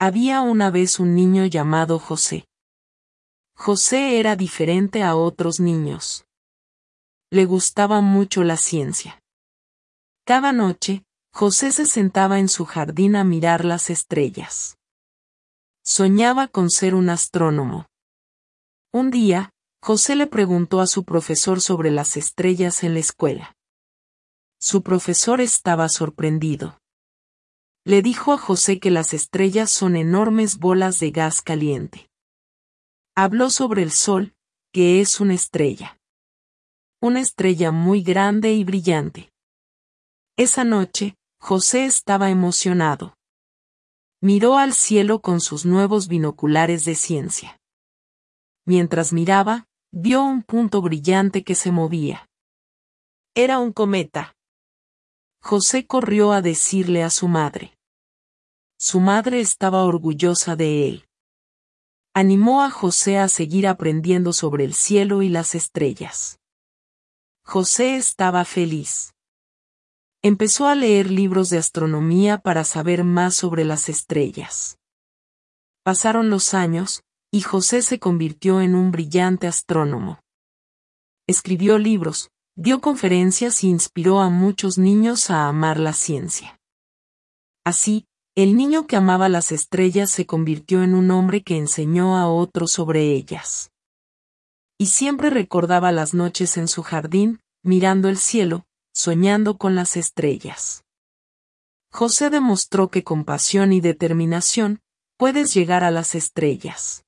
Había una vez un niño llamado José. José era diferente a otros niños. Le gustaba mucho la ciencia. Cada noche, José se sentaba en su jardín a mirar las estrellas. Soñaba con ser un astrónomo. Un día, José le preguntó a su profesor sobre las estrellas en la escuela. Su profesor estaba sorprendido. Le dijo a José que las estrellas son enormes bolas de gas caliente. Habló sobre el Sol, que es una estrella. Una estrella muy grande y brillante. Esa noche, José estaba emocionado. Miró al cielo con sus nuevos binoculares de ciencia. Mientras miraba, vio un punto brillante que se movía. Era un cometa. José corrió a decirle a su madre. Su madre estaba orgullosa de él. Animó a José a seguir aprendiendo sobre el cielo y las estrellas. José estaba feliz. Empezó a leer libros de astronomía para saber más sobre las estrellas. Pasaron los años, y José se convirtió en un brillante astrónomo. Escribió libros, dio conferencias y inspiró a muchos niños a amar la ciencia. Así, el niño que amaba las estrellas se convirtió en un hombre que enseñó a otros sobre ellas. Y siempre recordaba las noches en su jardín, mirando el cielo, soñando con las estrellas. José demostró que con pasión y determinación, puedes llegar a las estrellas.